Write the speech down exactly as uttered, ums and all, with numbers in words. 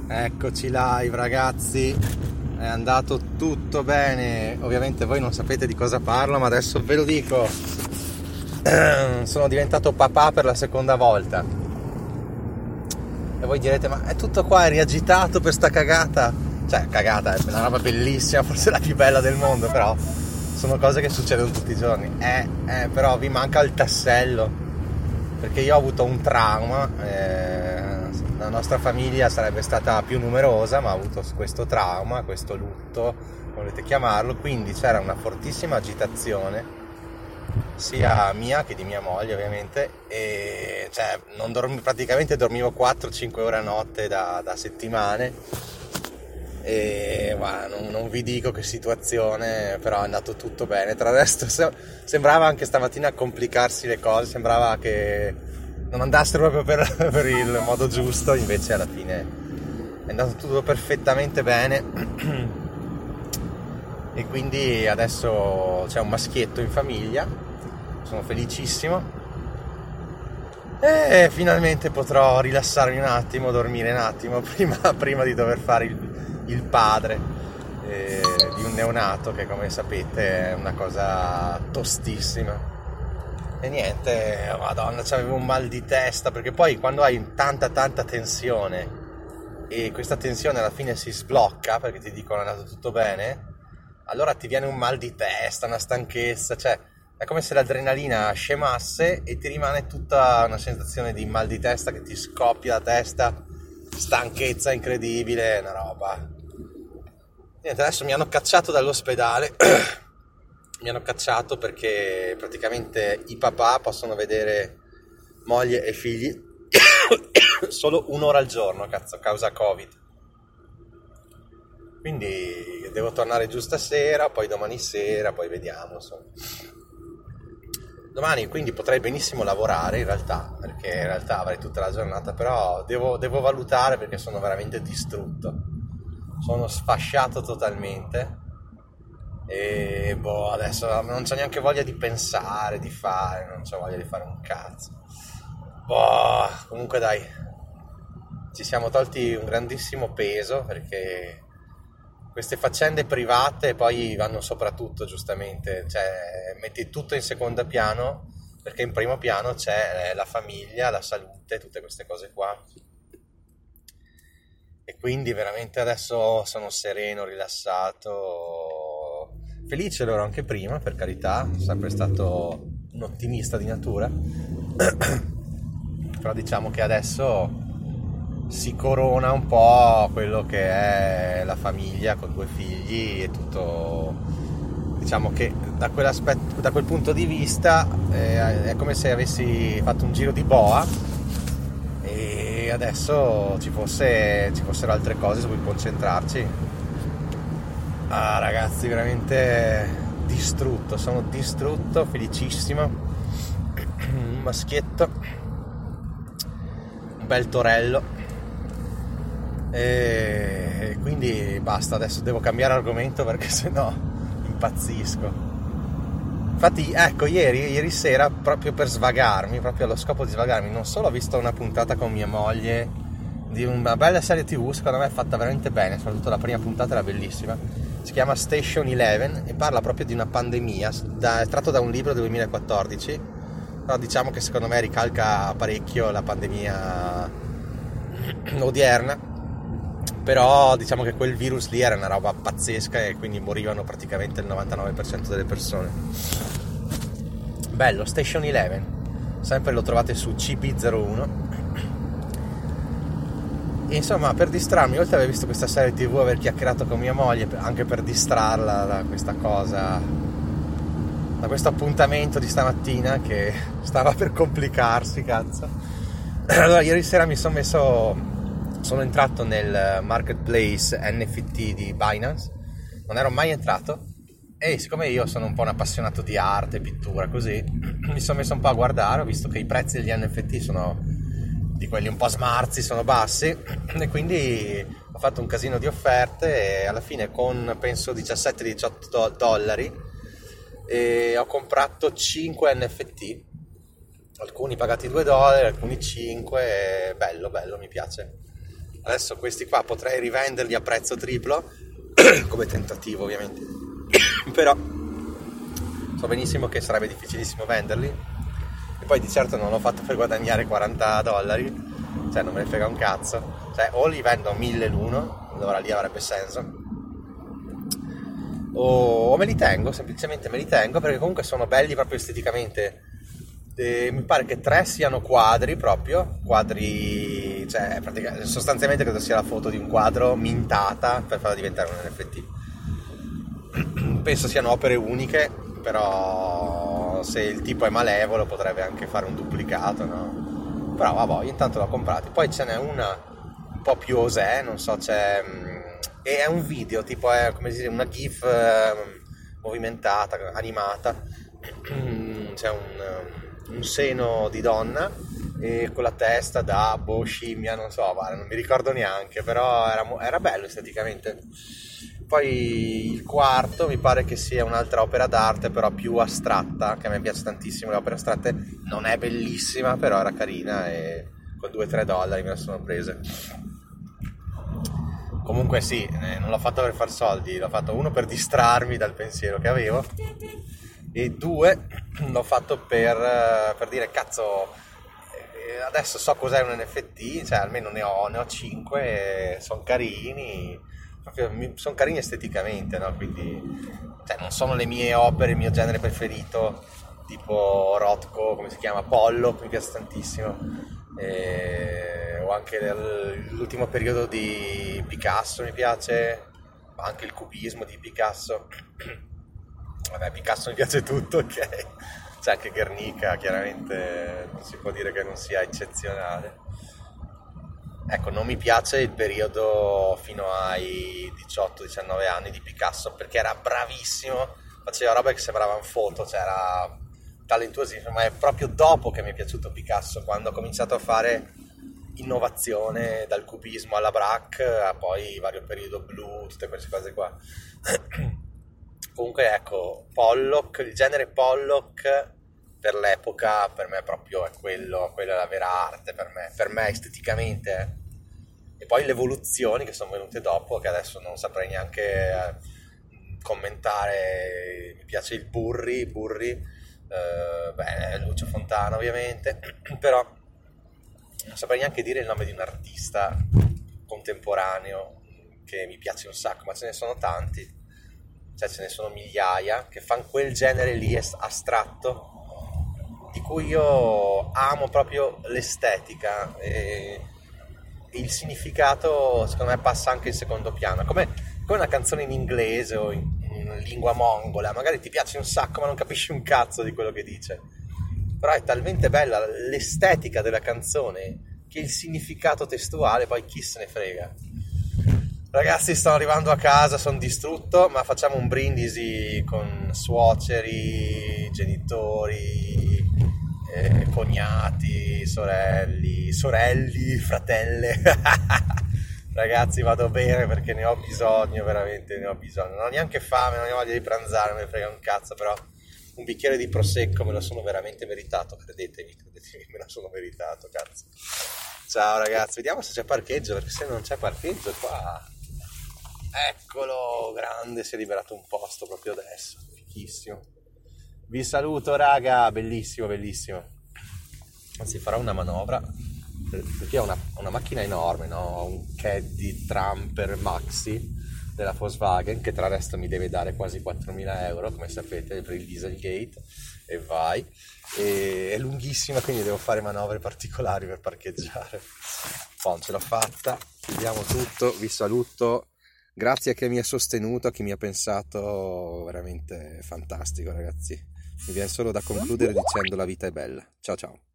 Eccoci live ragazzi, è andato tutto bene. Ovviamente voi non sapete di cosa parlo, ma adesso ve lo dico. Sono diventato papà per la seconda volta. E voi direte, ma è tutto qua, è riagitato per sta cagata? Cioè, cagata, è una roba bellissima, forse la più bella del mondo, però sono cose che succedono tutti i giorni. Eh, eh, però vi manca il tassello, perché io ho avuto un trauma. eh, La nostra famiglia sarebbe stata più numerosa, ma ha avuto questo trauma, questo lutto, volete chiamarlo, quindi c'era una fortissima agitazione, sia mia che di mia moglie ovviamente, e cioè non dormi, praticamente dormivo quattro cinque ore a notte da, da settimane, e ma non, non vi dico che situazione, però è andato tutto bene. Tra l'altro sembrava anche stamattina complicarsi le cose, sembrava che non andassero proprio per, per il modo giusto, invece alla fine è andato tutto perfettamente bene e quindi adesso c'è un maschietto in famiglia, sono felicissimo e finalmente potrò rilassarmi un attimo, dormire un attimo prima, prima di dover fare il, il padre eh, di un neonato, che come sapete è una cosa tostissima. E niente, madonna, c'avevo un mal di testa, perché poi quando hai tanta tanta tensione e questa tensione alla fine si sblocca perché ti dicono è andato tutto bene, allora ti viene un mal di testa, una stanchezza, cioè è come se l'adrenalina scemasse e ti rimane tutta una sensazione di mal di testa che ti scoppia la testa, stanchezza incredibile, una roba. Niente, adesso mi hanno cacciato dall'ospedale. Mi hanno cacciato perché praticamente i papà possono vedere moglie e figli solo un'ora al giorno, cazzo, causa Covid. Quindi devo tornare giù stasera, poi domani sera, poi vediamo, insomma. Domani quindi potrei benissimo lavorare in realtà, perché in realtà avrei tutta la giornata, però devo, devo valutare perché sono veramente distrutto. Sono sfasciato totalmente. E boh, adesso non c'ho neanche voglia di pensare, di fare, non c'ho voglia di fare un cazzo. Boh, comunque dai, ci siamo tolti un grandissimo peso, perché queste faccende private poi vanno soprattutto, giustamente, cioè metti tutto in secondo piano, perché in primo piano c'è la famiglia, la salute, tutte queste cose qua. E quindi veramente adesso sono sereno, rilassato, felice, l'ero anche prima, per carità, sono sempre stato un ottimista di natura, però diciamo che adesso si corona un po' quello che è la famiglia con due figli e tutto, diciamo che da quell'aspetto, da quel punto di vista eh, è come se avessi fatto un giro di boa e adesso ci fosse ci fossero altre cose su cui concentrarci. Ah ragazzi, veramente distrutto, sono distrutto, felicissimo, un maschietto, un bel torello, e quindi basta, adesso devo cambiare argomento perché sennò impazzisco. Infatti ecco, ieri, ieri sera, proprio per svagarmi, proprio allo scopo di svagarmi, non solo ho visto una puntata con mia moglie di una bella serie tv, secondo me è fatta veramente bene, soprattutto la prima puntata era bellissima, si chiama Station Eleven e parla proprio di una pandemia, da, è tratto da un libro del duemilaquattordici, però diciamo che secondo me ricalca parecchio la pandemia odierna, però diciamo che quel virus lì era una roba pazzesca e quindi morivano praticamente il novantanove per cento delle persone. Bello, Station Eleven, sempre lo trovate su C P zero uno. E insomma, per distrarmi, oltre ad aver visto questa serie tv, aver chiacchierato con mia moglie, anche per distrarla da questa cosa, da questo appuntamento di stamattina che stava per complicarsi, cazzo. Allora ieri sera mi sono messo sono entrato nel marketplace N F T di Binance, non ero mai entrato e siccome io sono un po' un appassionato di arte, pittura, così mi sono messo un po' a guardare, ho visto che i prezzi degli N F T sono di quelli un po' smarzi, sono bassi, e quindi ho fatto un casino di offerte e alla fine con penso diciassette diciotto dollari e ho comprato cinque N F T, alcuni pagati due dollari, alcuni cinque, bello bello, mi piace. Adesso questi qua potrei rivenderli a prezzo triplo, come tentativo ovviamente, però so benissimo che sarebbe difficilissimo venderli, e poi di certo non l'ho fatto per guadagnare quaranta dollari, cioè non me ne frega un cazzo, cioè o li vendo a mille l'uno, allora lì avrebbe senso, o, o me li tengo, semplicemente me li tengo, perché comunque sono belli proprio esteticamente. E mi pare che tre siano quadri proprio, quadri, cioè praticamente, sostanzialmente credo sia la foto di un quadro mintata per farla diventare un N F T. Penso siano opere uniche, però se il tipo è malevolo potrebbe anche fare un duplicato, no? Però vabbè, intanto l'ho comprato. Poi ce n'è una un po' più osè, non so, c'è, e è un video, tipo è come dire una gif eh, movimentata, animata, c'è un un seno di donna e con la testa da boh, scimmia, non so, vale, non mi ricordo neanche, però era, era bello esteticamente. Poi il quarto mi pare che sia un'altra opera d'arte, però più astratta, che a me piace tantissimo le opere astratte, non è bellissima, però era carina e con due tre dollari me la sono presa. Comunque sì, eh, non l'ho fatto per far soldi, l'ho fatto uno per distrarmi dal pensiero che avevo, e due l'ho fatto per, per dire cazzo, adesso so cos'è un N F T, cioè almeno ne ho, ne ho cinque, sono carini, proprio sono carini esteticamente, no? Quindi cioè, non sono le mie opere, il mio genere preferito, tipo Rothko, come si chiama, Pollock, mi piace tantissimo, e, o anche l'ultimo periodo di Picasso mi piace, anche il cubismo di Picasso. Vabbè, Picasso mi piace tutto, ok? C'è anche Guernica, chiaramente non si può dire che non sia eccezionale. Ecco, non mi piace il periodo fino ai diciotto diciannove anni di Picasso, perché era bravissimo, faceva robe che sembravano foto, cioè era talentuosissimo, ma è proprio dopo che mi è piaciuto Picasso, quando ho cominciato a fare innovazione, dal cubismo alla Braque, a poi vario periodo blu, tutte queste cose qua. Comunque ecco, Pollock, il genere Pollock per l'epoca per me proprio è quello, quella è la vera arte per me, per me esteticamente. Eh. E poi le evoluzioni che sono venute dopo, che adesso non saprei neanche eh, commentare. Mi piace il Burri, Burri, eh, beh, Lucio Fontana ovviamente, però non saprei neanche dire il nome di un artista contemporaneo che mi piace un sacco, ma ce ne sono tanti. Cioè ce ne sono migliaia che fanno quel genere lì astratto, di cui io amo proprio l'estetica e il significato, secondo me passa anche in secondo piano, come, come una canzone in inglese o in, in lingua mongola, magari ti piace un sacco ma non capisci un cazzo di quello che dice, però è talmente bella l'estetica della canzone che il significato testuale poi chi se ne frega. Ragazzi, sto arrivando a casa, sono distrutto, ma facciamo un brindisi con suoceri, genitori, eh, cognati, sorelli, sorelli, fratelle. Ragazzi, vado bene perché ne ho bisogno, veramente ne ho bisogno. Non ho neanche fame, non ho voglia di pranzare, non me ne frega un cazzo, però un bicchiere di prosecco me lo sono veramente meritato, credetemi, credetemi, me lo sono meritato, cazzo. Ciao ragazzi, vediamo se c'è parcheggio, perché se non c'è parcheggio qua... Eccolo, grande, si è liberato un posto proprio adesso, fichissimo. Vi saluto raga, bellissimo, bellissimo. Anzi, farò una manovra, perché ho una, una macchina enorme, no? Un Caddy Tramper Maxi della Volkswagen, che tra l'altro mi deve dare quasi quattromila euro, come sapete, per il Dieselgate, e vai. E è lunghissima, quindi devo fare manovre particolari per parcheggiare. Poi ce l'ho fatta, chiudiamo tutto, vi saluto. Grazie a chi mi ha sostenuto, a chi mi ha pensato, veramente fantastico ragazzi. Mi viene solo da concludere dicendo la vita è bella. Ciao ciao.